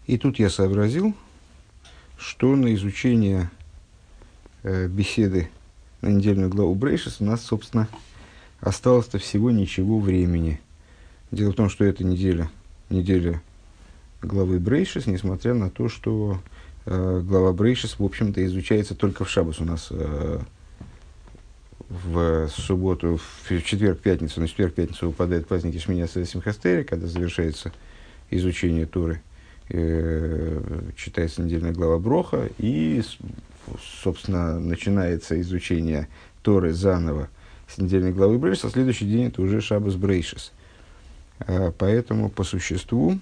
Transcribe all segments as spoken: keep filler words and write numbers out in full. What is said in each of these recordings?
И тут я сообразил, что на изучение э, беседы на недельную главу Брейшис у нас, собственно, осталось-то всего ничего времени. Дело в том, что эта неделя, неделя главы Брейшис, несмотря на то, что э, глава Брейшис, в общем-то, изучается только в шаббос у нас э, в субботу, в четверг-пятницу. На четверг-пятницу выпадает праздник Шмини Ацерет Симхат Тора, когда завершается изучение Торы, э, читается недельная глава Броха, и, собственно, начинается изучение Торы заново с недельной главы Брейшис, а следующий день это уже шаббос Брейшис. Э, поэтому, по существу,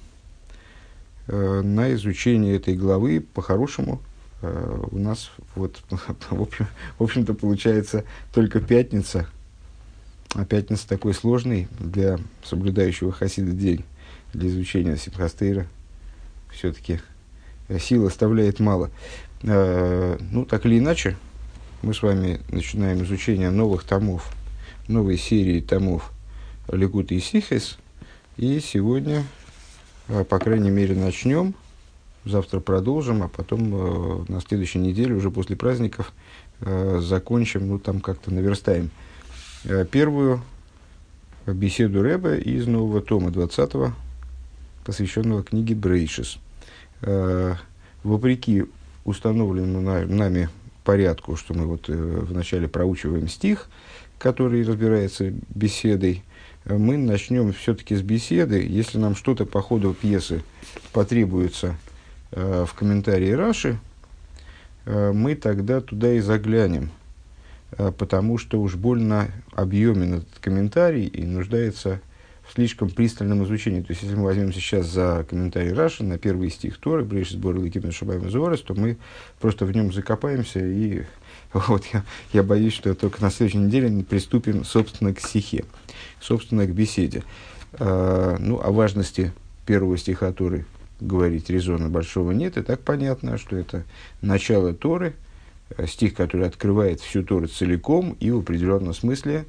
э, на изучение этой главы, по-хорошему, э, у нас, вот, в, общем, в общем-то, получается только пятница, а пятница такой сложный для соблюдающего хасида день, для изучения Симхат Тора. Все-таки сил оставляет мало. Э, ну, так или иначе, мы с вами начинаем изучение новых томов, новой серии томов Ликутей Сихос. И сегодня, э, по крайней мере, начнем. Завтра продолжим, а потом э, на следующей неделе, уже после праздников, э, закончим, ну, там как-то наверстаем э, первую беседу Ребе из нового тома двадцатого, посвященного книге Брейшис. Э, вопреки установленному на, нами порядку, что мы вот э, вначале проучиваем стих, который разбирается беседой, э, мы начнем все-таки с беседы. Если нам что-то по ходу пьесы потребуется э, в комментарии Раши, э, мы тогда туда и заглянем, э, потому что уж больно объемен этот комментарий и нуждается в слишком пристальном изучении. То есть, если мы возьмем сейчас за комментарий Раши на первый стих Торы, Брейшис Бор Элоким Шабаим Зорес, то мы просто в нем закопаемся, и вот я, я боюсь, что только на следующей неделе мы приступим, собственно, к стихе, собственно, к беседе. А, ну, о важности первого стиха Торы говорить резона большого нет, и так понятно, что это начало Торы, стих, который открывает всю Тору целиком, и в определенном смысле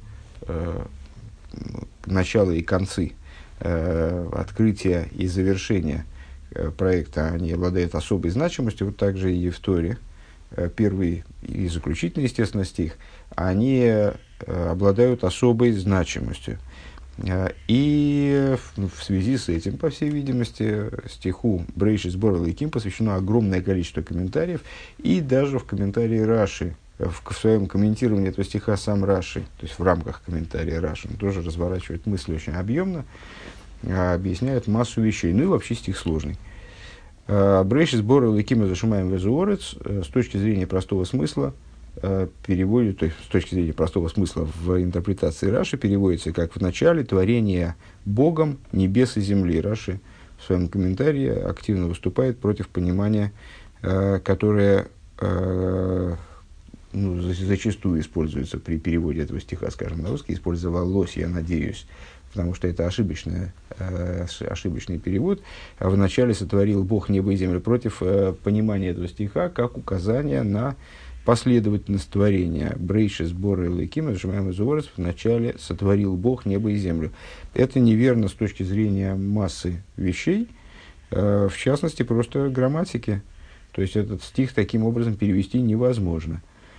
начало и концы, э, открытия и завершения э, проекта, они обладают особой значимостью, вот так же и в Торе. Э, первый и заключительный, естественно, стих, они э, обладают особой значимостью. Э, и в, в связи с этим, по всей видимости, стиху Брейшис Бор Элоким посвящено огромное количество комментариев, и даже в комментарии Раши, в, в своем комментировании этого стиха сам Раши, то есть в рамках комментария Раши, он тоже разворачивает мысли очень объемно, а, объясняет массу вещей. Ну и вообще стих сложный. Брейшис Бор Элоким Зашумаем Везуорец с точки зрения простого смысла а, переводит, то есть с точки зрения простого смысла в интерпретации Раши переводится как в начале творения Богом небес и земли. Раши в своем комментарии активно выступает против понимания, а, которое а, ну, зачастую используется при переводе этого стиха, скажем, на русский, использовалось, я надеюсь, потому что это ошибочный, э, ошибочный перевод. Вначале сотворил Бог небо и землю, против э, понимания этого стиха как указание на последовательность творения. Брейшис Бор Элоким Зашумаем Везуорец, вначале сотворил Бог небо и землю. Это неверно с точки зрения массы вещей, э, в частности, просто грамматики. То есть этот стих таким образом перевести невозможно.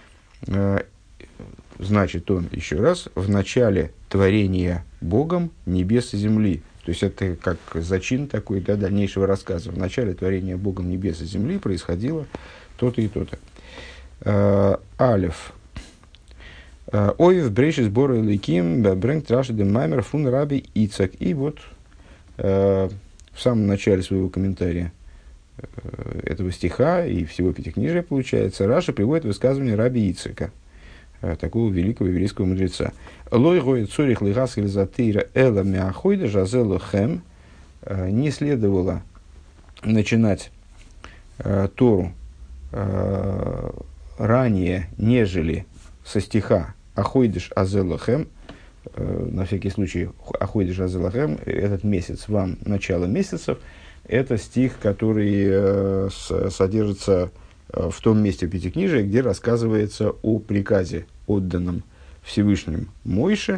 Значит он, еще раз, в начале творения Богом небес и земли. То есть это как зачин такой для дальнейшего рассказа. В начале творения Богом небес и земли происходило то-то и то-то. Алеф. Оев Брейшис Бор Элоким Брэнк Раши де Маймер фун Раби Ицак. И вот в самом начале своего комментария этого стиха и всего пятикнижия, получается, Раша приводит высказывание Раби Ицака, такого великого еврейского мудреца. «Лой гоет цорих лигас гильзатейра эла мяхойда жазелу хэм». Не следовало начинать э, Тору э, ранее, нежели со стиха «Ахойдеш азелу хэм». Э, на всякий случай, «Ахойдеш азелу хэм» — этот месяц вам, начало месяцев. Это стих, который э, с, содержится э, в том месте Пятикнижия, где рассказывается о приказе, отданном Всевышним Мойше,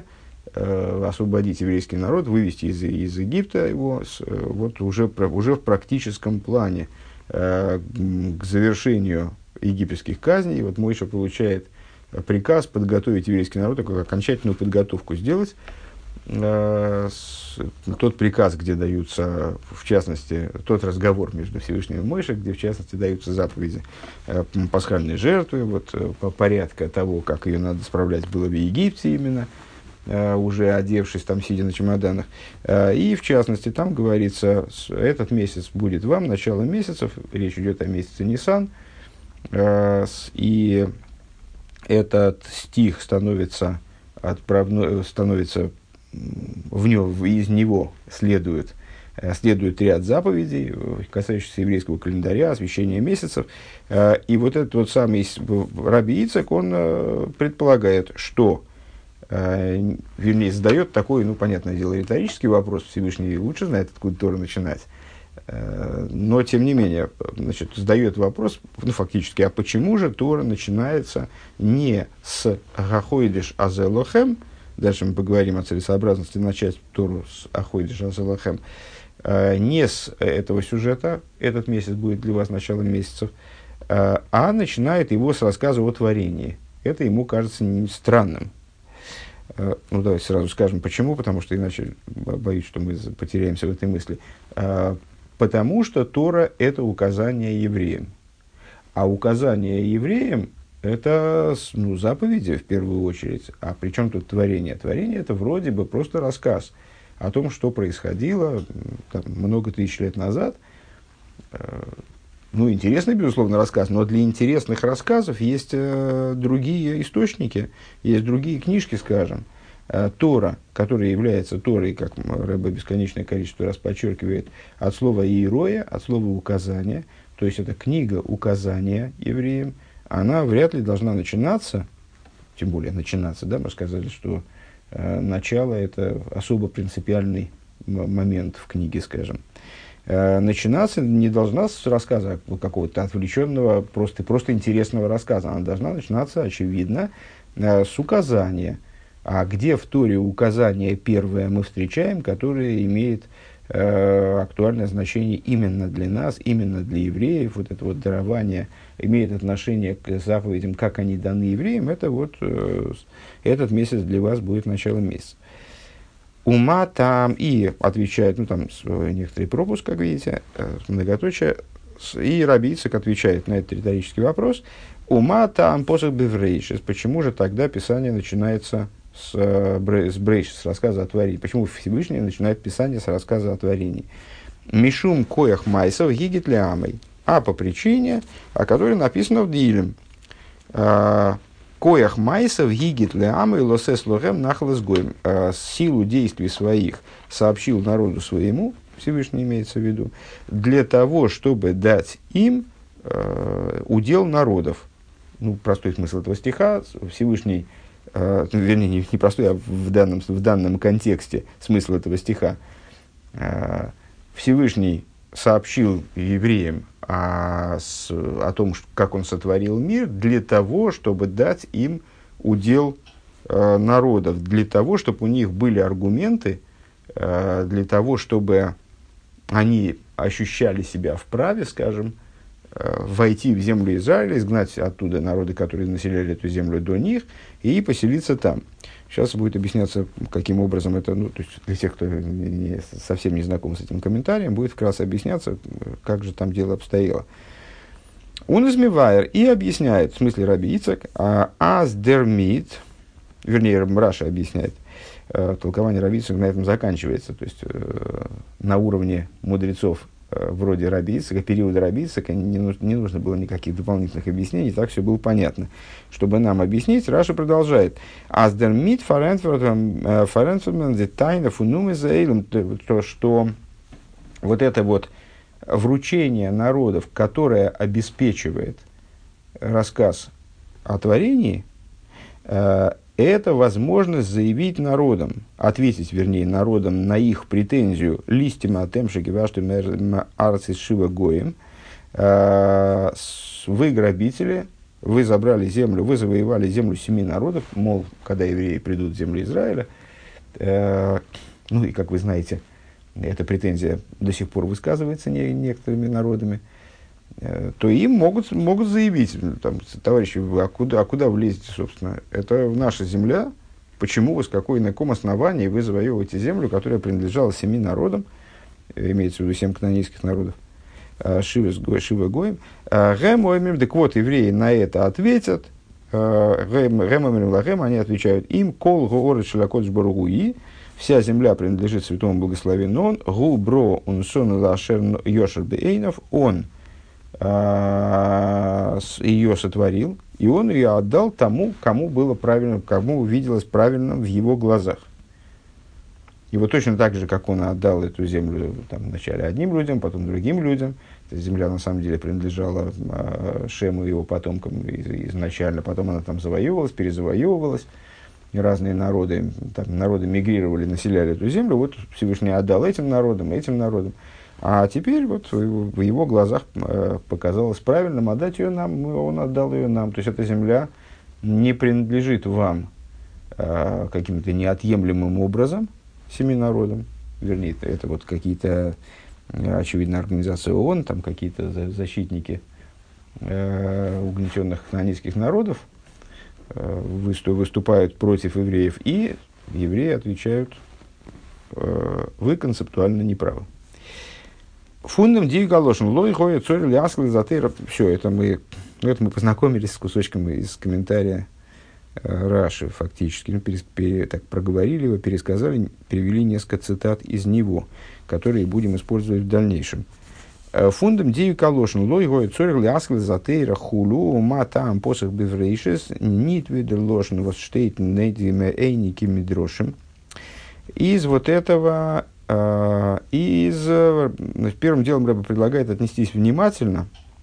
э, освободить еврейский народ, вывести из, из Египта его с, э, вот уже, уже в практическом плане э, к завершению египетских казней. Вот Мойша получает приказ подготовить еврейский народ, такую окончательную подготовку сделать. Э, с, тот приказ, где даются, в частности, тот разговор между Всевышним и Мойшей, где, в частности, даются заповеди э, пасхальной жертвы, вот, э, по порядка того, как ее надо справлять было в Египте именно, э, уже одевшись там, сидя на чемоданах. Э, и, в частности, там говорится, этот месяц будет вам, начало месяцев, речь идет о месяце Нисан, э, с, и этот стих становится, отправной, становится в нем, из него следует, следует ряд заповедей, касающихся еврейского календаря, освящения месяцев. И вот этот вот самый Раби Ицхак, он предполагает, что, вернее, задает такой, ну, понятное дело, риторический вопрос, Всевышний лучше знает, откуда Тора начинать. Но, тем не менее, значит, задает вопрос, ну, фактически, а почему же Тора начинается не с «Гахойдиш азелохем», дальше мы поговорим о целесообразности начать Тору с «Ахойдиш азелохем», не с этого сюжета, этот месяц будет для вас началом месяцев, а начинает его с рассказа о творении. Это ему кажется странным. Ну, давайте сразу скажем, почему, потому что иначе боюсь, что мы потеряемся в этой мысли. Потому что Тора – это указание евреям. А указание евреям – это, ну, заповеди в первую очередь. А при чем тут творение? Творение – это вроде бы просто рассказ о том, что происходило там, много тысяч лет назад. Ну, интересный, безусловно, рассказ, но для интересных рассказов есть э, другие источники, есть другие книжки, скажем. Э, Тора, которая является Торой, как Рэбе бесконечное количество раз подчеркивает, от слова «иероя», от слова «указание», то есть это книга указания евреям, она вряд ли должна начинаться, тем более начинаться, да, мы сказали, что э, начало – это особо принципиальный м- момент в книге, скажем. Начинаться не должна с рассказа какого-то отвлеченного, просто, просто интересного рассказа. Она должна начинаться, очевидно, с указания. А где в Торе указание первое мы встречаем, которое имеет э, актуальное значение именно для нас, именно для евреев, вот это вот дарование имеет отношение к заповедям, как они даны евреям, это вот э, этот месяц для вас будет началом месяца. Ума там, и отвечает, ну там некоторый пропуск, как видите, многоточие, и Раби Ицхак отвечает на этот риторический вопрос. Ума там посох беврейшис. Почему же тогда Писание начинается с, с брейшис, с рассказа о творении? Почему Всевышний начинает Писание с рассказа о творении? Мишум коях майсов гигит леамой. А по причине, о которой написано в Дилем. Коях майсов гигит леамы лосес лохем нахлас гоем. Силу действий своих сообщил народу своему, Всевышний имеется в виду, для того, чтобы дать им э, удел народов. Ну, простой смысл этого стиха, Всевышний, э, вернее, не, не простой, а в данном, в данном контексте смысл этого стиха. Э, Всевышний сообщил евреям о, с, о том, как он сотворил мир, для того, чтобы дать им удел э, народов, для того, чтобы у них были аргументы, э, для того, чтобы они ощущали себя вправе, скажем, э, войти в землю Израиля, изгнать оттуда народы, которые населяли эту землю до них, и поселиться там. Сейчас будет объясняться, каким образом это, ну, то есть для тех, кто не, совсем не знаком с этим комментарием, будет вкратце объясняться, как же там дело обстояло. Он измевайер и объясняет, в смысле Раби Ицхак, аз дермит, вернее, Раша объясняет, толкование Раби Ицхака на этом заканчивается, то есть на уровне мудрецов вроде Раби Ицхака, периода Раби Ицхака, не нужно, не нужно было никаких дополнительных объяснений, так все было понятно. Чтобы нам объяснить, Раша продолжает. «Аз дер мит фаренфермен де тайна фунуме заэлем», то, что вот это вот вручение народов, которое обеспечивает рассказ о творении, это возможность заявить народам, ответить, вернее, народам на их претензию «листима атемши гивашту арцис шива гоем». Вы грабители, вы забрали землю, вы завоевали землю семи народов, мол, когда евреи придут в землю Израиля, э, ну и, как вы знаете, эта претензия до сих пор высказывается не, некоторыми народами, э, то им могут, могут заявить, там, товарищи, вы, а куда, а куда вы лезете, собственно? Это наша земля. Почему вы, с какой, на каком основании вы завоевываете землю, которая принадлежала семи народам, имеется в виду семь канонейских народов, Шива Гоем. Гэм оймим, так вот, евреи на это ответят, Гэм оймим лагэм, они отвечают им, кол гоорет шелакодж баругуи, вся земля принадлежит святому благословенному он, гу бро унсон лашер йошер бейнов, он ее сотворил, и он ее отдал тому, кому было правильно, кому увиделось правильным в его глазах. И вот точно так же, как он отдал эту землю там, вначале одним людям, потом другим людям. Эта земля на самом деле принадлежала э, Шему и его потомкам изначально. Потом она там завоевывалась, перезавоевывалась. И разные народы, там, народы мигрировали, населяли эту землю. Вот Всевышний отдал этим народам, этим народам. А теперь вот в его глазах э, показалось правильным отдать ее нам. Он отдал ее нам. То есть эта земля не принадлежит вам э, каким-то неотъемлемым образом, семи народам, вернее, это, это вот какие-то, очевидно, организации ООН, там какие-то защитники э, угнетенных канонейских народов э, выступ, выступают против евреев, и евреи отвечают, э, вы концептуально неправы. Фундам див галошин лой хоя цорь ляскал затейра. Все, это мы, это мы познакомились с кусочком из комментария Раши, фактически, ну, перес, пере, так проговорили его, пересказали, перевели несколько цитат из него, которые будем использовать в дальнейшем. Фундам дию калошин лой гоя цорих ляскл затейра хулу ма там посох беврейшес нит видер лошен вас штейт недиме эйники мидрошим. Из вот этого, э, из, значит, первым делом Рэбе предлагает отнестись внимательно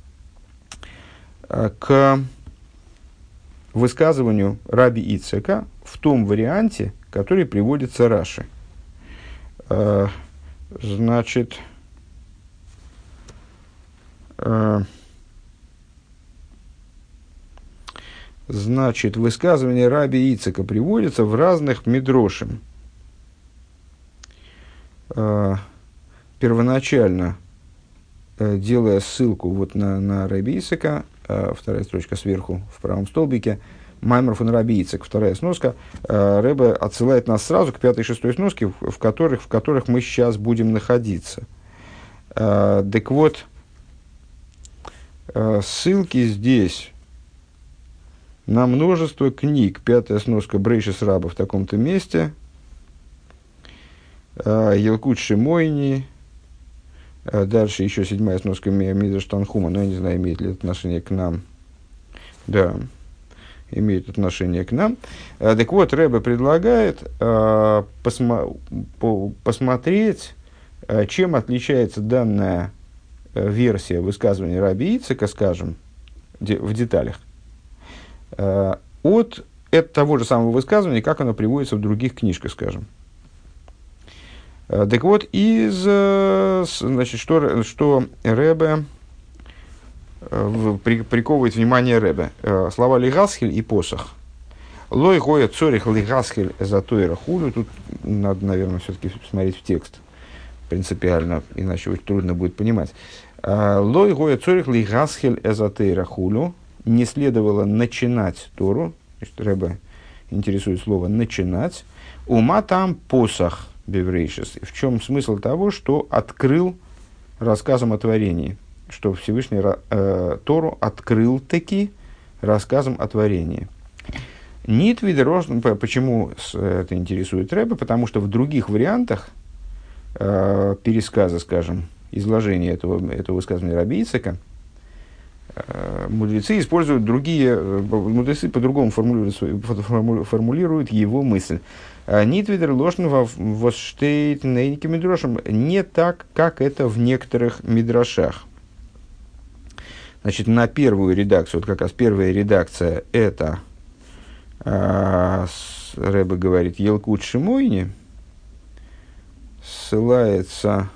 э, к высказыванию Раби Ицхака в том варианте, который приводится Раши. Э, значит, э, значит, высказывание Раби Ицхака приводится в разных мидрошим. Э, первоначально, э, делая ссылку вот на, на Раби Ицхака, вторая строчка сверху в правом столбике, Маймер фон Раби Ицхак, вторая сноска, Рэбе отсылает нас сразу к пятой и шестой сноске, в которых, в которых мы сейчас будем находиться. Так вот, ссылки здесь на множество книг. Пятая сноска Брейшис Раба в таком-то месте, Елкут Шимойни. Дальше еще седьмая сноска Мидраш Танхума, но я не знаю, имеет ли это отношение к нам. Да, имеет отношение к нам. А, так вот, Рэбе предлагает а, посма- по- посмотреть, а, чем отличается данная а, версия высказывания Раби Ицхака, скажем, де- в деталях, а, от от того же самого высказывания, как оно приводится в других книжках, скажем. Так вот, из, значит, что, что Рэбе при, приковывает внимание Рэбе. Слова «лигасхель» и «посох». «Лой гоя цорих лигасхель эзотойра хулю». Тут надо, наверное, все-таки смотреть в текст принципиально, иначе очень трудно будет понимать. «Лой гоя цорих лигасхель эзотойра хулю». Не следовало начинать Тору. Рэбе интересует слово «начинать». «Ума там посох». Беврейшес. В чем смысл того, что открыл рассказом о творении, что Всевышний э, Тору открыл таки рассказом о творении. Нит видерош, почему это интересует Рэбе? Потому что в других вариантах э, пересказа, скажем, изложения этого, этого высказывания Раби Ицхака, э, мудрецы используют другие, мудрецы по-другому формулируют, формулируют его мысль. Нитвидер ложен восштейт нейники мидрошем, не так, как это в некоторых мидрашах. Значит, на первую редакцию, вот как раз первая редакция, это э, Рэбе говорит Елкут Шимойни, ссылается,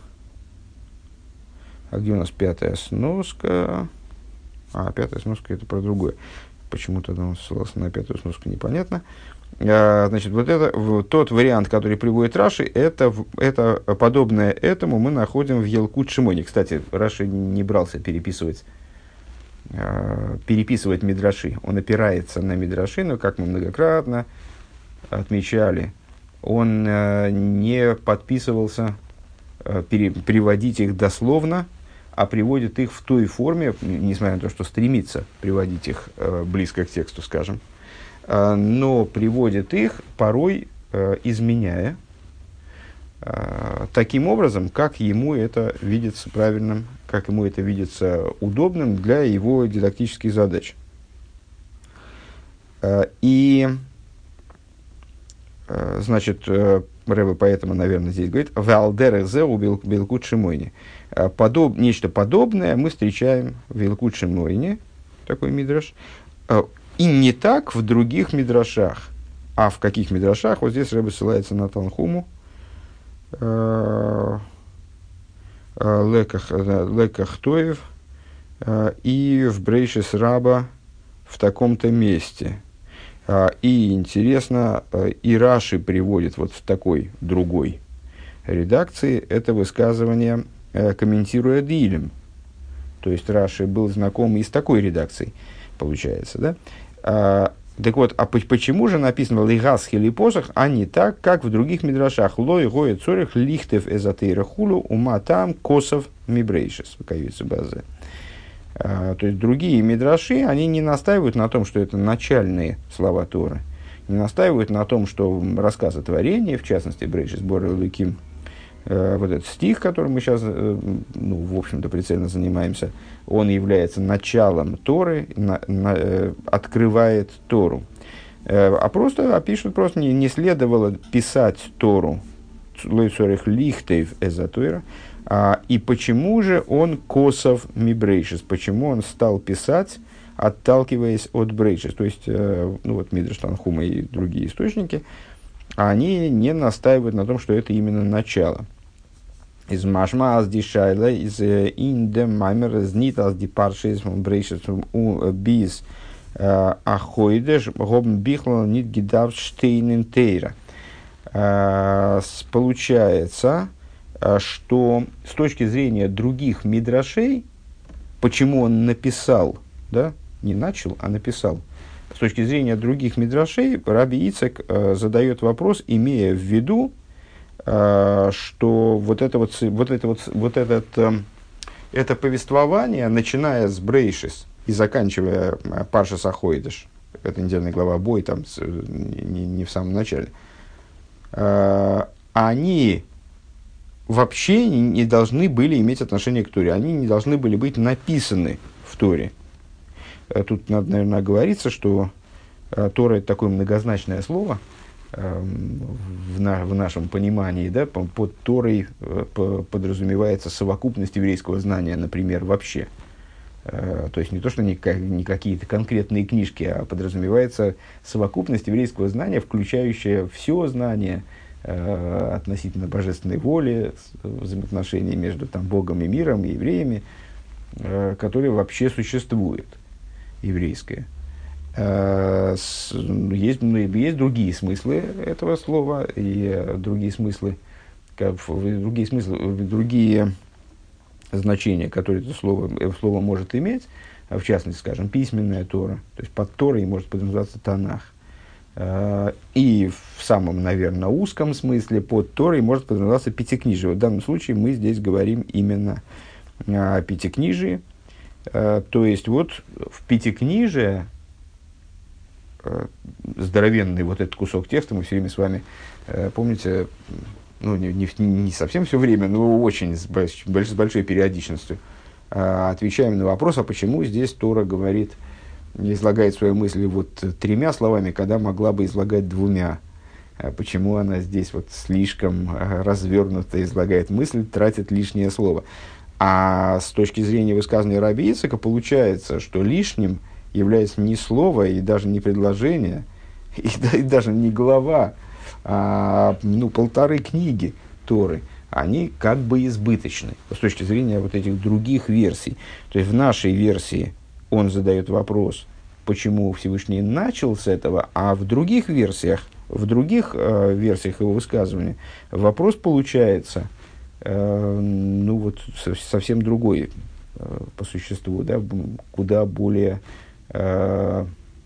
а где у нас пятая сноска? А, пятая сноска это про другое. Почему тогда он ссылался на пятую сноску, непонятно. Значит, вот это, вот тот вариант, который приводит Раши, это, это подобное этому мы находим в Елкут Шимоне. Кстати, Раши не брался переписывать, переписывать мидраши. Он опирается на мидраши, но, как мы многократно отмечали, он не подписывался пере, приводить их дословно, а приводит их в той форме, несмотря на то, что стремится приводить их близко к тексту, скажем, но приводит их порой э, изменяя э, таким образом, как ему это видится правильным, как ему это видится удобным для его дидактических задач. Э, и, э, значит, э, Рэбе поэтому, наверное, здесь говорит, «Валдер зеу Билкут Шимойни». Подоб, нечто подобное мы встречаем в Билкут Шимойни, такой мидраш, и не так в других мидрашах. А в каких мидрашах? Вот здесь Рэбе ссылается на Танхуму. Леках, леках Тоев. И в Брейшис Раба в таком-то месте. И интересно, и Раши приводит вот в такой другой редакции это высказывание, комментируя Дилем. То есть Раши был знаком и с такой редакцией, получается, да? А, так вот, а почему же написано «лигас хилипосах», а не так, как в других мидрашах? «Лой гоя цорих лихтев эзотейра хулу ума там косов мибрейшес». То есть, другие мидраши, они не настаивают на том, что это начальные слова Торы. Не настаивают на том, что рассказ о творении, в частности, «брейшес бор элоким», вот этот стих, которым мы сейчас, ну, в общем-то, прицельно занимаемся, он является началом Торы, на, на, открывает Тору. А просто опишут, просто не, не следовало писать Тору, лихтейв эзотойра, и почему же он косов мибрейшес, почему он стал писать, отталкиваясь от брейшес, то есть, ну вот Мидраш Танхума и другие источники, они не настаивают на том, что это именно начало. Из машма аз дишайла из индем маймер знит аз дипаршис брейшес у биз ахойдеш гобн бихло нит гидав штейнен тейра. Получается, что с точки зрения других мидрашей, почему он написал, да, не начал, а написал, с точки зрения других мидрашей, Раби Ицхак э, задает вопрос, имея в виду, э, что вот это вот, вот это, вот, вот этот, э, это повествование, начиная с Брейшис и заканчивая э, Паршас Ахойдеш, это недельная глава Бой, там с, не, не в самом начале, э, они вообще не, не должны были иметь отношение к Торе, они не должны были быть написаны в Торе. Тут надо, наверное, оговориться, что э, Тора – это такое многозначное слово э, в, на, в нашем понимании. Да, под Торой э, по, подразумевается совокупность еврейского знания, например, вообще. Э, то есть не то, что не, не какие-то конкретные книжки, а подразумевается совокупность еврейского знания, включающая все знание э, относительно божественной воли, взаимоотношений между там, Богом и миром, и евреями, э, которые вообще существуют. Еврейское. Есть, есть другие смыслы этого слова, и другие смыслы, как, другие смыслы, другие значения, которые это слово, это слово может иметь, в частности, скажем, письменная Тора, то есть под Торой может подразумеваться Танах. И в самом, наверное, узком смысле под Торой может подразумеваться Пятикнижие. В данном случае мы здесь говорим именно о Пятикнижии. Uh, то есть, вот в Пятикнижие, uh, здоровенный вот этот кусок текста, мы все время с вами, uh, помните, ну, не, не, не совсем все время, но очень с, больш, с большой периодичностью, uh, отвечаем на вопрос, а почему здесь Тора говорит, излагает свои мысли вот тремя словами, когда могла бы излагать двумя. Uh, почему она здесь вот слишком uh, развернуто излагает мысль, тратит лишнее слово. А с точки зрения высказывания Раби Ицхака получается, что лишним является не слово и даже не предложение, и, и даже не глава, а ну, полторы книги Торы. Они как бы избыточны с точки зрения вот этих других версий. То есть в нашей версии он задает вопрос, почему Всевышний начал с этого, а в других версиях, в других э, версиях его высказывания вопрос получается э, ну, вот, совсем другой э, по существу, да, куда более э,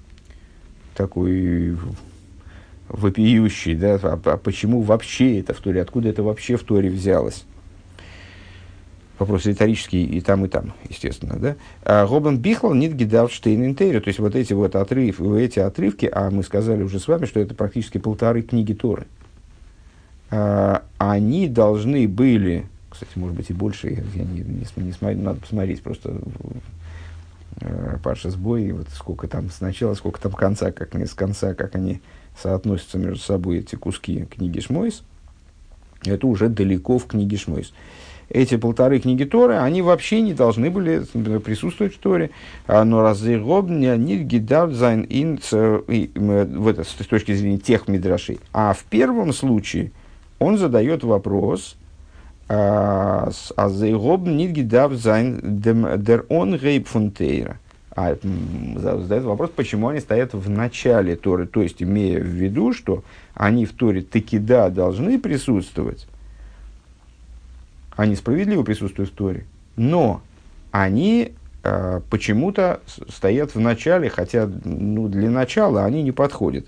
такой вопиющий, да, а, а почему вообще это в Торе, откуда это вообще в Торе взялось. Вопрос риторический и там, и там, естественно, да. Гобен Бихлал нит гидавштейн интейр, то есть вот эти вот отрывки, эти отрывки, а мы сказали уже с вами, что это практически полторы книги Торы. А, они должны были, кстати, может быть и больше, я не, не, не смотрю, надо посмотреть просто Паршас Бо, и вот сколько там сначала, сколько там конца, как не с конца, как они соотносятся между собой, эти куски книги Шмойс, это уже далеко в книге Шмойс. Эти полторы книги Торы, они вообще не должны были присутствовать в Торе, но разыгобня нит гидав зайн ин с точки зрения тех мидрашей. А в первом случае он задает вопрос, азыгоб нит гидав зайн дер он гейб фунтейра. А задает вопрос, почему они стоят в начале Торы, то есть имея в виду, что они в Торе таки да должны присутствовать. Они справедливо присутствуют в Торе, но они э, почему-то стоят в начале, хотя ну, для начала они не подходят.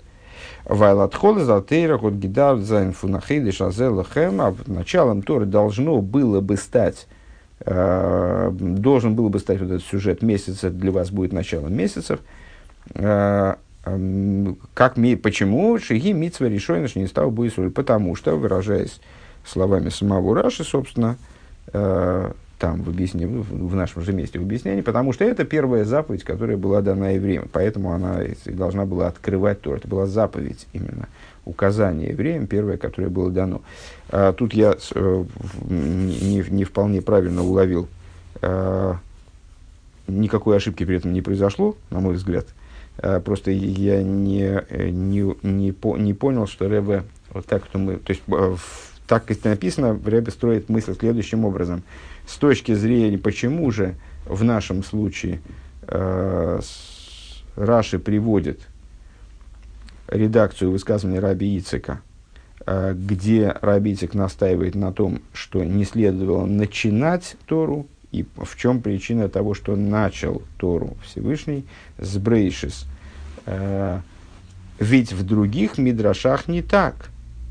Началом Торы должно было бы стать, э, должен был бы стать вот этот сюжет месяца, для вас будет началом месяцев. Э, э, как, почему? Шиги митцва решойна не стал бы Исуль. Потому что, выражаясь словами самого Раши, собственно, э, там в, объяснении, в, в нашем же месте в объяснении, потому что это первая заповедь, которая была дана евреям, поэтому она должна была открывать Тору. Это была заповедь именно, указание евреям, первое, которое было дано. А, тут я э, не, не вполне правильно уловил, э, никакой ошибки при этом не произошло, на мой взгляд. А, просто я не, не, не, по, не понял, что Ребе вот так, что мы, то есть в так как написано, Ребе строит мысль следующим образом. С точки зрения, почему же в нашем случае э, Раши приводит редакцию высказывания Раби Ицека, э, где Раби Ицек настаивает на том, что не следовало начинать Тору, и в чем причина того, что начал Тору Всевышний с Брейшис. Э, ведь в других мидрашах не так.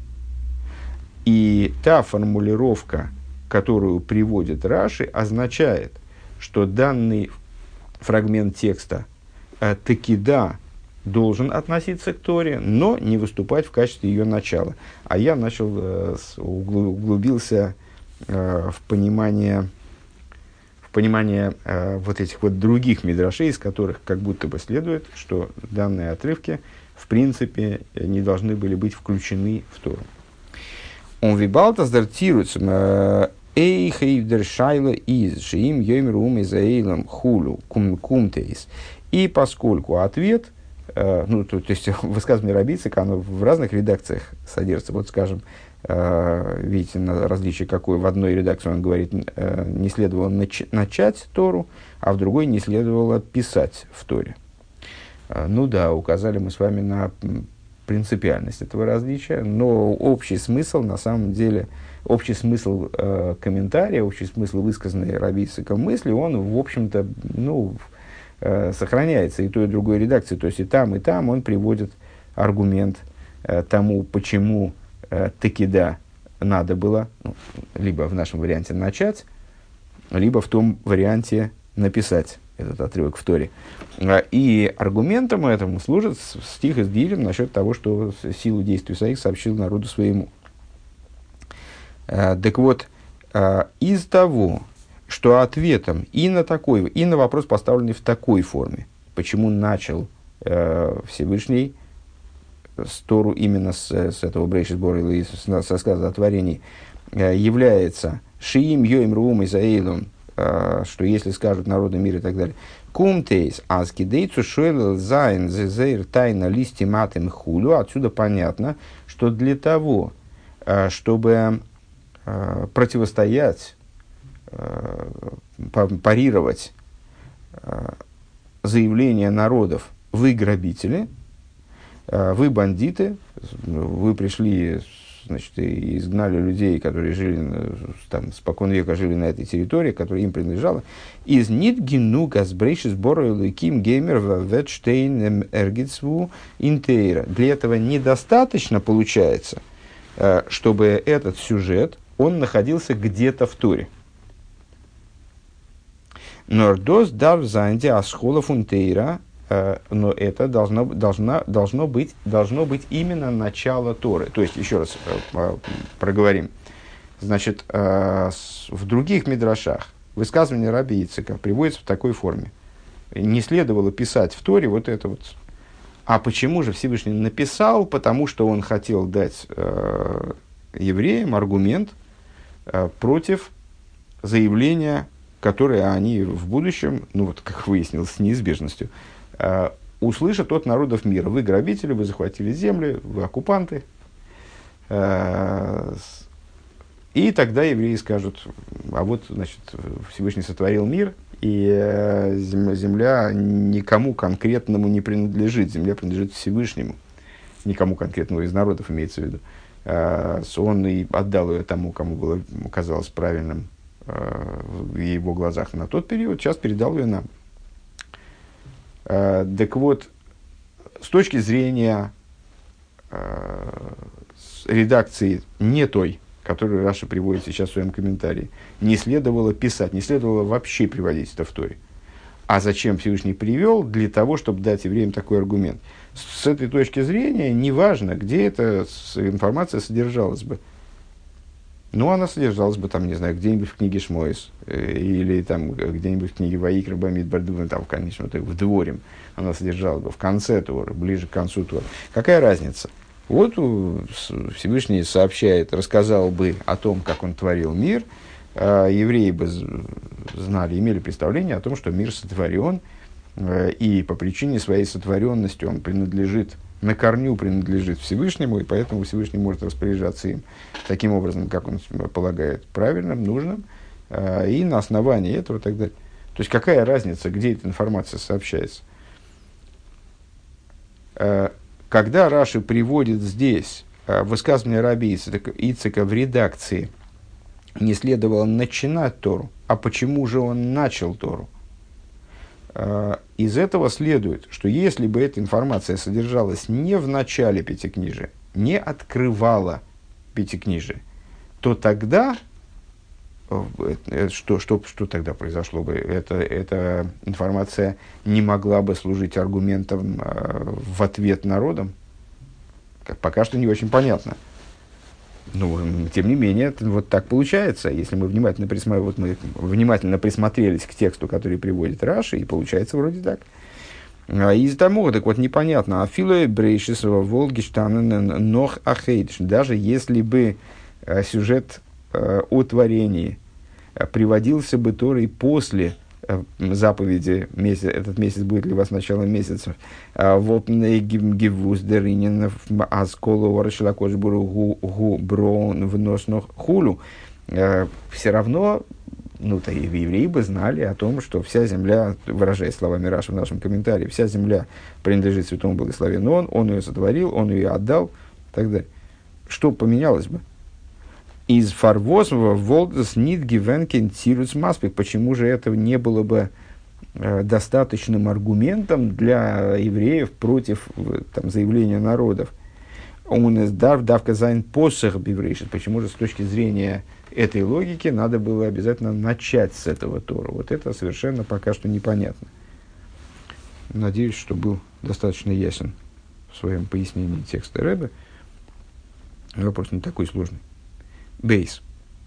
И та формулировка, которую приводит Раши, означает, что данный фрагмент текста э, таки да должен относиться к Торе, но не выступать в качестве ее начала. А я начал, э, углубился э, в понимание, в понимание э, вот этих вот других мидрашей, из которых как будто бы следует, что данные отрывки в принципе не должны были быть включены в Тору. Он вибалтас дартируется эй хейвдер шайла из шиим йомер ум изаилам хулу кум кумтейс. И поскольку ответ, э, ну то, то есть высказывание Раби Ицека, оно в разных редакциях содержится. Вот скажем, э, видите на различие какое, в одной редакции он говорит, э, не следовало нач- начать Тору, а в другой не следовало писать в Торе. Э, ну да, указали мы с вами на принципиальность этого различия, но общий смысл, на самом деле, общий смысл э, комментария, общий смысл высказанной Раби Ицеком мысли, он, в общем-то, ну, э, сохраняется и той, и другой редакции. То есть и там, и там он приводит аргумент э, тому, почему э, таки да надо было, ну, либо в нашем варианте начать, либо в том варианте написать этот отрывок в Торе. И аргументом этому служит стих из Дилем насчет того, что силу действий своих сообщил народу своему. Так вот, из того, что ответом и на, такой, и на вопрос, поставленный в такой форме, почему начал Всевышний с Тору именно с, с этого Брейшис Бора или со сказа о творении, является Шиим Йоим Руум Изаилом, что если скажут народу мира и так далее, кумтейс аскидейцу шойл зайн зезейр тайна листи матем хулю, отсюда понятно, что для того, чтобы противостоять, парировать заявления народов вы грабители, вы бандиты, вы пришли, значит, и изгнали людей, которые жили, там, спокон века жили на этой территории, которая им принадлежала. Из нит гину газбрейши сбора луким геймер ветштейн эргитсву интейра. Для этого недостаточно, получается, чтобы этот сюжет, он находился где-то в Торе. Нордос дав занди асхола фунтейра. Но это должно, должна, должно, быть, должно быть именно начало Торы. То есть, еще раз э, проговорим. Значит, э, с, в других мидрашах высказывание раби Ицхака приводится в такой форме. Не следовало писать в Торе вот это вот. А почему же Всевышний написал? Потому что он хотел дать э, евреям аргумент э, против заявления, которое они в будущем, ну вот как выяснилось, с неизбежностью, Uh, услышат от народов мира: вы грабители, вы захватили земли, вы оккупанты. Uh, и тогда евреи скажут: а вот, значит, Всевышний сотворил мир, и uh, земля, земля никому конкретному не принадлежит, земля принадлежит Всевышнему, никому конкретному из народов имеется в виду. Uh, он и отдал ее тому, кому было, казалось правильным uh, в его глазах на тот период, сейчас передал ее нам. Uh, так вот, с точки зрения uh, редакции не той, которую Раша приводит сейчас в своем комментарии, не следовало писать, не следовало вообще приводить это в Торе. А зачем Всевышний привел? Для того, чтобы дать евреям такой аргумент. С, с этой точки зрения, неважно, где эта информация содержалась бы. Ну, она содержалась бы, там, не знаю, где-нибудь в книге Шмойс, э, или там где-нибудь в книге Ваикра Бамидбар, там, конечно, так, в Дворим. Она содержалась бы в конце Торы, ближе к концу Торы. Какая разница? Вот Всевышний сообщает, рассказал бы о том, как он творил мир, э, евреи бы знали, имели представление о том, что мир сотворен, э, и по причине своей сотворенности он принадлежит, на корню принадлежит Всевышнему, и поэтому Всевышний может распоряжаться им таким образом, как он полагает правильным, нужным, э, и на основании этого и так далее. То есть, какая разница, где эта информация сообщается? Э, когда Раши приводит здесь э, высказывание раби Ицхака в редакции, не следовало начинать Тору, а почему же он начал Тору? Uh, из этого следует, что если бы эта информация содержалась не в начале Пятикнижия, не открывала Пятикнижие, то тогда, uh, что, что, что тогда произошло бы? Это, эта информация не могла бы служить аргументом uh, в ответ народам? Как пока что не очень понятно. Ну, тем не менее, вот так получается. Если мы внимательно, присма... вот мы внимательно присмотрелись к тексту, который приводит Раши, и получается вроде так. А из того, так вот, непонятно. Афиле брейшисова волгиштанен нох ахейдш. Даже если бы э, сюжет э, о творении э, приводился бы Торой после э, заповеди, месяц, этот месяц будет ли у вас началом месяца, вопней гивуздеринен асколу варшилакошбуру гу брон вносно хулу, все равно, ну, то и евреи бы знали о том, что вся земля, выражаясь словами Раши в нашем комментарии, вся земля принадлежит святому благословенному он, он ее сотворил, он ее отдал, и так далее. Что поменялось бы? Из фарвозова волдас нит гивенкен тирус маспик. Почему же этого не было бы э, достаточным аргументом для евреев против там, заявления народов? Он из дав давка зайн посох биврейшит. Почему же с точки зрения этой логики надо было обязательно начать с этого Тора? Вот это совершенно пока что непонятно. Надеюсь, что был достаточно ясен в своем пояснении текста Ребе. Вопрос не такой сложный. Бейс.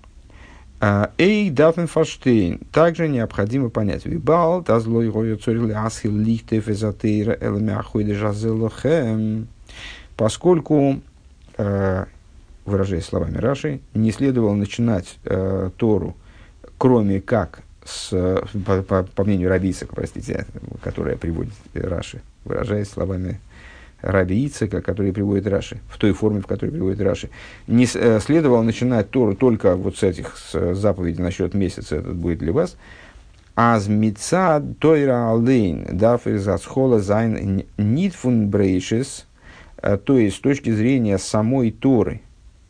Эй, Дафен Фаштейн. Также необходимо понять. Вибал, тазлой рою цорили асхил лихтев эзотейра элмяхуиды жазелохем. Поскольку, э, выражаясь словами Раши, не следовало начинать э, Тору, кроме как, с, по, по, по мнению раби Ицхака, простите, которая приводит Раши, выражаясь словами раби Ицхака, который приводит Раши, в той форме, в которой приводит Раши, не э, следовало начинать Тору только вот с этих с заповедей насчет месяца, этот будет для вас, Аз мица тойра алейн, дафер засхола зайн нит фун брейшес, то есть с точки зрения самой Торы,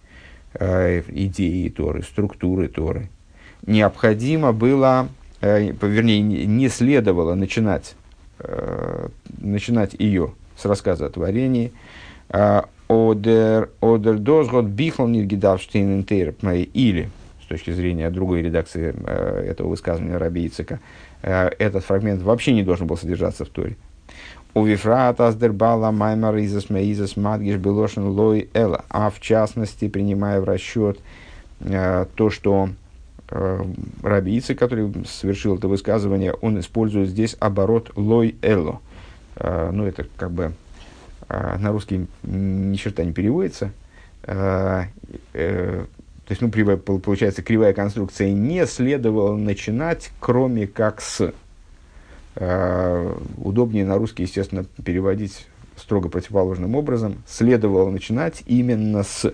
идеи Торы, структуры Торы, необходимо было, вернее, не следовало начинать, начинать ее с рассказа о творении. Одер дозгот бихл ниргидавштейн интер, или, с точки зрения другой редакции этого высказывания Раби Ицхака, этот фрагмент вообще не должен был содержаться в Торе. Увифрат аздербала маймар изас меизас мадгиш белошен лой эла. А в частности, принимая в расчет то, что Раби Ицхак, который совершил это высказывание, он использует здесь оборот лой эло. Ну, это как бы на русский ни черта не переводится. То есть, ну, получается, кривая конструкция не следовало начинать, кроме как с. Удобнее на русский, естественно, переводить строго противоположным образом. Следовало начинать именно с.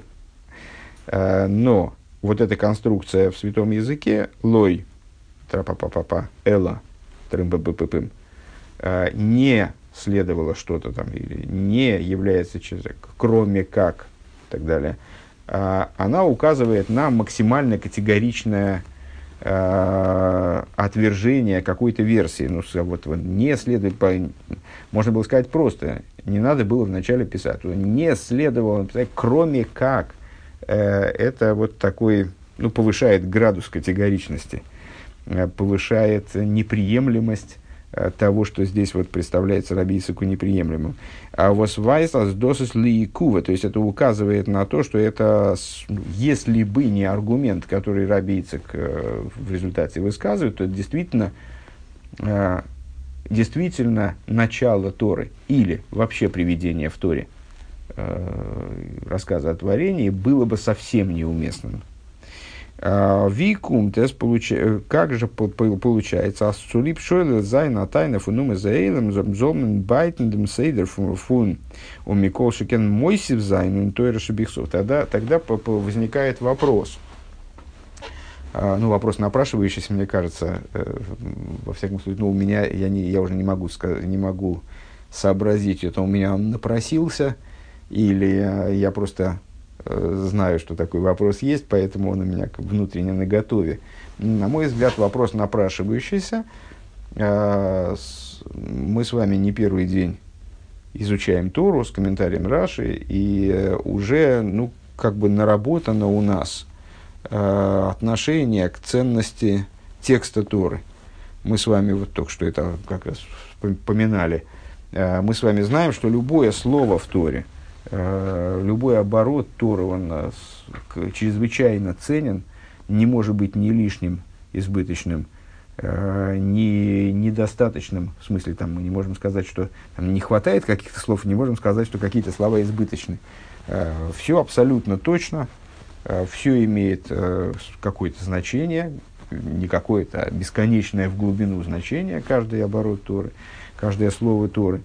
Но вот эта конструкция в святом языке, лой, тра-па-па-па-па, эла, трым-ба-бы-пы-пым, не следовало что-то там, или не является, кроме как, и так далее, она указывает на максимально категоричное э, отвержение какой-то версии. Ну, вот, вот, не следует, по, можно было сказать просто, не надо было вначале писать, не следовало писать, кроме как. Э, это вот такой, ну, повышает градус категоричности, э, повышает неприемлемость того, что здесь вот представляется Раби Ицхаку неприемлемым. А вот вайслас досыс лиикува, то есть это указывает на то, что это, если бы не аргумент, который Раби Ицхак в результате высказывает, то это действительно, действительно начало Торы или вообще приведение в Торе рассказа о творении было бы совсем неуместным. Викум, как же получается? Асцулип шойлер зайна тайна фунум изаилем зоммен байтендем сейдер фун у Микол Шикен мойсив зайну тойра шебихсов. Тогда, тогда возникает вопрос. Ну, вопрос напрашивающийся, мне кажется, во всяком случае, ну, у меня, я, не, я уже не могу, сказать, не могу сообразить, это у меня он напросился, или я просто знаю, что такой вопрос есть, поэтому он у меня внутренне наготове. На мой взгляд, вопрос напрашивающийся. Мы с вами не первый день изучаем Тору с комментарием Раши, и уже, ну, как бы наработано у нас отношение к ценности текста Торы. Мы с вами, вот только что это как раз поминали, мы с вами знаем, что любое слово в Торе, любой оборот Торы, он чрезвычайно ценен, не может быть ни лишним, избыточным, ни недостаточным. В смысле, там, мы не можем сказать, что там, не хватает каких-то слов, не можем сказать, что какие-то слова избыточны. Все абсолютно точно, все имеет какое-то значение, не какое-то, а бесконечное в глубину значение, каждый оборот Торы, каждое слово Торы.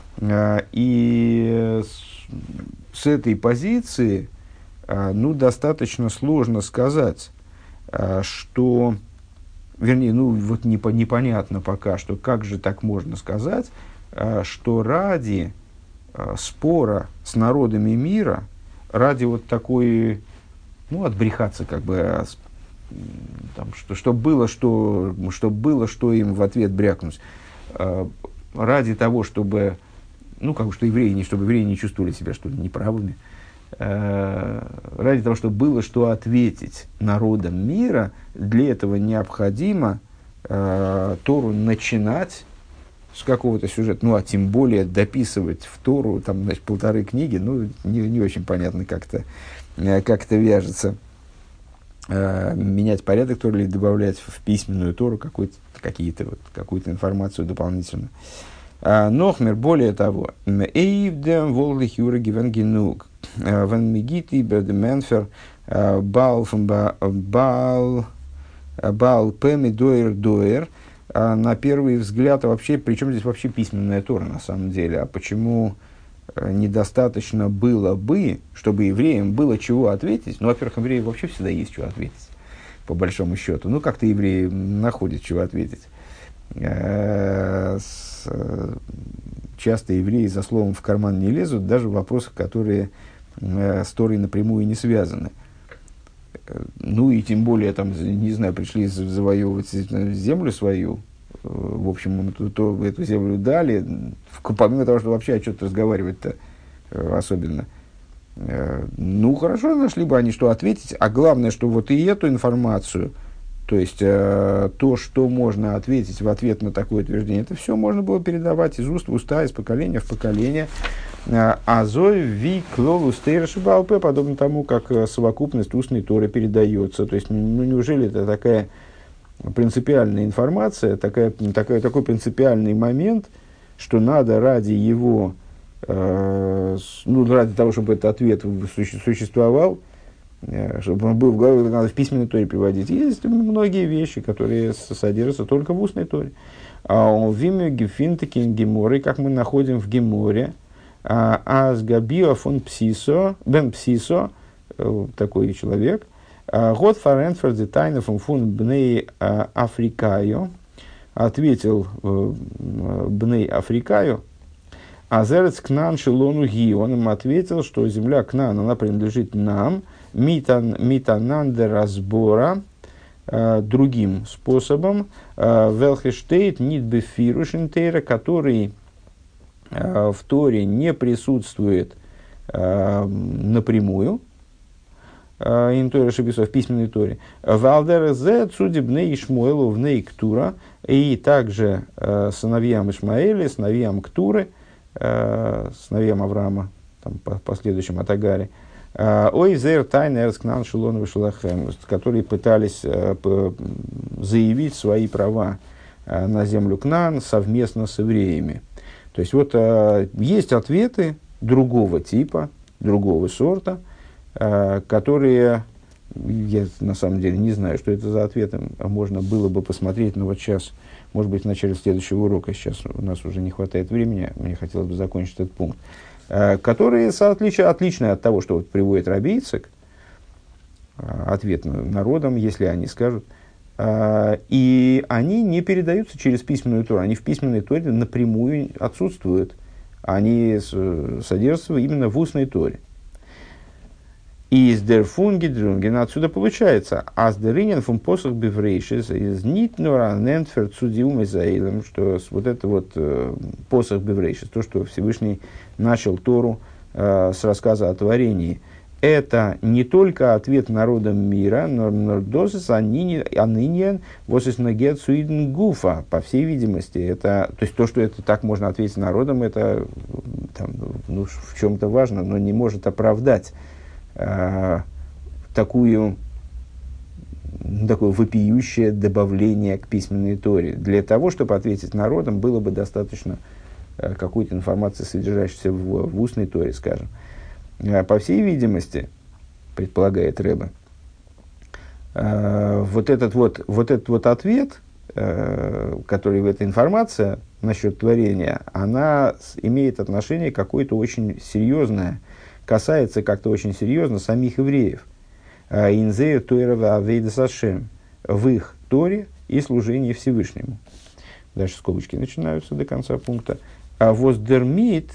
И с этой позиции, ну, достаточно сложно сказать, что, вернее, ну, вот непо, непонятно пока, что как же так можно сказать, что ради спора с народами мира, ради вот такой, ну, отбрехаться как бы, там, что, что, было, что, что было, что им в ответ брякнуть, ради того, чтобы, ну, как бы, что евреи, не, чтобы евреи не чувствовали себя, что ли, неправыми, э, ради того, чтобы было что ответить народам мира, для этого необходимо э, Тору начинать с какого-то сюжета, ну, а тем более дописывать в Тору, там, значит, полторы книги, ну, не, не очень понятно, как это, как это вяжется. Э, менять порядок Торы или добавлять в письменную Тору какие-то, вот, какую-то информацию дополнительную. Нохмер, более того, эйвдем воллих юра гивен генуг, вен мигити бердеменфер бал бал бал пеми доер доер. На первый взгляд, а вообще, причем здесь вообще письменная Тора на самом деле, а почему недостаточно было бы, чтобы евреям было чего ответить? Ну, во-первых, евреям вообще всегда есть чего ответить, по большому счету. Ну, как-то евреи находят чего ответить. Э, с, э, часто евреи за словом в карман не лезут, даже в вопросах, которые э, с Торой напрямую не связаны. Ну и тем более, там, не знаю, пришли завоевывать землю свою, в общем, то, то эту землю дали, помимо того, что вообще о чем-то разговаривать-то особенно. Ну, хорошо, нашли бы они что ответить, а главное, что вот и эту информацию, то есть э, то, что можно ответить в ответ на такое утверждение, это все можно было передавать из уст в уста, из поколения в поколение. Азой ви клолу стейраши балпе, подобно тому, как совокупность устной Торы передается. То есть, ну, неужели это такая принципиальная информация, такая, такая, такой принципиальный момент, что надо ради его, э, ну, ради того, чтобы этот ответ существовал, э, чтобы он был в голове, надо в письменной Торе приводить. Есть многие вещи, которые содержатся только в устной Торе. А у Виме Гефинтеки Геморы, как мы находим в Геморе, Аз Габио фон Псисо, Бен Псисо, такой человек, Год Фаренфер Детайна фон фун Бней Африкаю, ответил Бней Африкаю, Азерец Кнан Шелону Ги, он им ответил, что земля Кнан, она принадлежит нам, Митан, Митанандер разбора, другим способом, Велхештейт Нидбефирушентейра, который в Торе не присутствует э, напрямую, интуэра шебисов в письменной Торе. Валдер зе цудибней Ишмуэлу в нейктура, и также э, сыновьям Ишмаэля, сыновьям Ктуры, э, сыновьям Авраама, там, по последующим от Агари, ой зер тайна эрскнан шелон вишелахем, которые пытались э, по, заявить свои права э, на землю Кнаан совместно с евреями. То есть, вот э, есть ответы другого типа, другого сорта, э, которые, я на самом деле не знаю, что это за ответы, можно было бы посмотреть, но вот сейчас, может быть, в начале следующего урока, сейчас у нас уже не хватает времени, мне хотелось бы закончить этот пункт, э, которые отлич, отличны от того, что вот приводит Раби Ицхак, э, ответ народам, если они скажут. И они не передаются через письменную Тору. Они в письменной Торе напрямую отсутствуют. Они содержатся именно в устной Торе. И из дерфунги друнген отсюда получается. Аз деринен фун посох биврейшис из нитнора нентфер цудиум изаилем, что вот это вот посох биврейшис, то, что Всевышний начал Тору э, с рассказа о творении, это не только ответ народам мира, но нордозис аниньен восис нагет суиден гуфа. По всей видимости, это, то есть то, что это так можно ответить народам, это там, ну, в чем-то важно, но не может оправдать э, такую, такое вопиющее добавление к письменной Торе. Для того, чтобы ответить народам, было бы достаточно э, какой-то информации, содержащейся в, в устной Торе, скажем. По всей видимости, предполагает Ребе, э, вот, этот вот, вот этот вот ответ, э, который в этой информации насчет творения, она с, имеет отношение какое-то очень серьезное, касается как-то очень серьезно самих евреев. Инзею Тойрова Авейда Сашем, в их Торе и служении Всевышнему. Дальше скобочки начинаются до конца пункта. Воздермит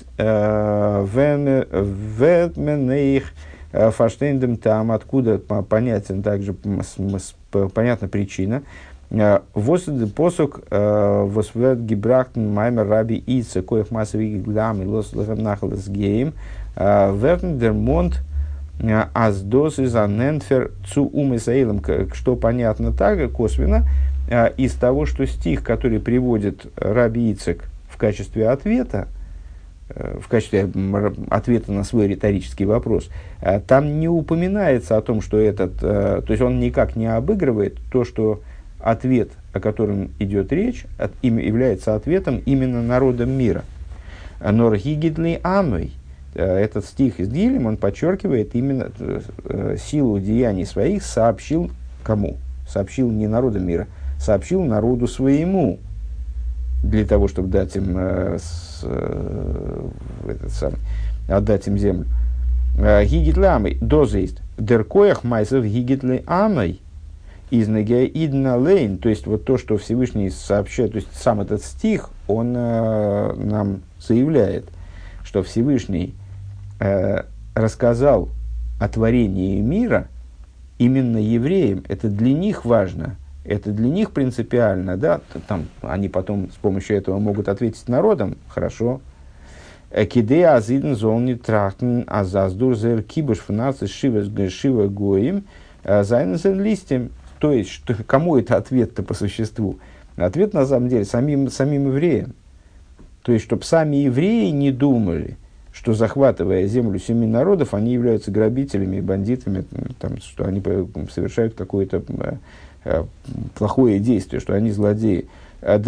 венменеих фаштейндем там, откуда понятен также понятна причина. Восд посок восвет гибрахтен маймер раби ица коих массовик глам и лос нахалас геем верн дермонт аздос из аненфер цу ум исаилом, что понятно также косвенно из того, что стих, который приводит раби Ицек в качестве ответа, в качестве ответа на свой риторический вопрос, там не упоминается о том, что этот, то есть он никак не обыгрывает то, что ответ, о котором идет речь, от, им, является ответом именно народам мира. Нор гигидли амой, этот стих из Дилем, он подчеркивает именно силу деяний своих, сообщил кому? Сообщил не народам мира, сообщил народу своему, для того, чтобы дать им, э, с, э, этот самый, отдать им землю. Гигитле амой, доза есть, деркоях майсов гигитле амой, из Нагеидна Лейн, то есть вот то, что Всевышний сообщает, то есть сам этот стих, он э, нам заявляет, что Всевышний э, рассказал о творении мира именно евреям. Это для них важно, это для них принципиально, да, там они потом с помощью этого могут ответить народам, хорошо. Киде азидн золни трахтен азаздур зер кибуш фнаци шива гоим зайнзен листем. То есть, что, кому это ответ-то по существу? Ответ, на самом деле, самим, самим евреям. То есть, чтобы сами евреи не думали, что, захватывая землю семи народов, они являются грабителями, бандитами, там, что они совершают какое-то э, плохое действие, что они злодеи. Вот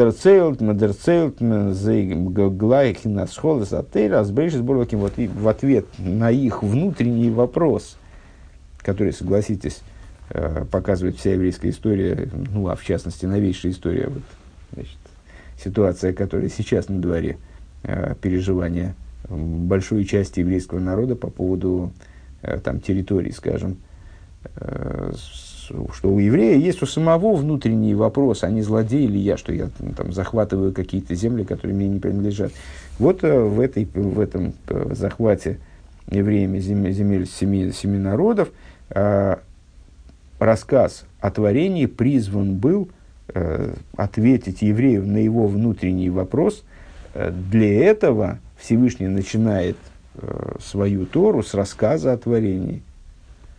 и в ответ на их внутренний вопрос, который, согласитесь, показывает вся еврейская история, ну, а в частности, новейшая история, вот, значит, ситуация, которая сейчас на дворе, э, переживания большой части еврейского народа по поводу э, там, территорий, скажем, э, что у еврея есть у самого внутренний вопрос, а не злодей ли я, что я там, захватываю какие-то земли, которые мне не принадлежат. Вот э, в, этой, в этом э, захвате евреями земель, земель семи, семи народов э, рассказ о творении призван был э, ответить еврею на его внутренний вопрос. Э, для этого Всевышний начинает э, свою Тору с рассказа о творении.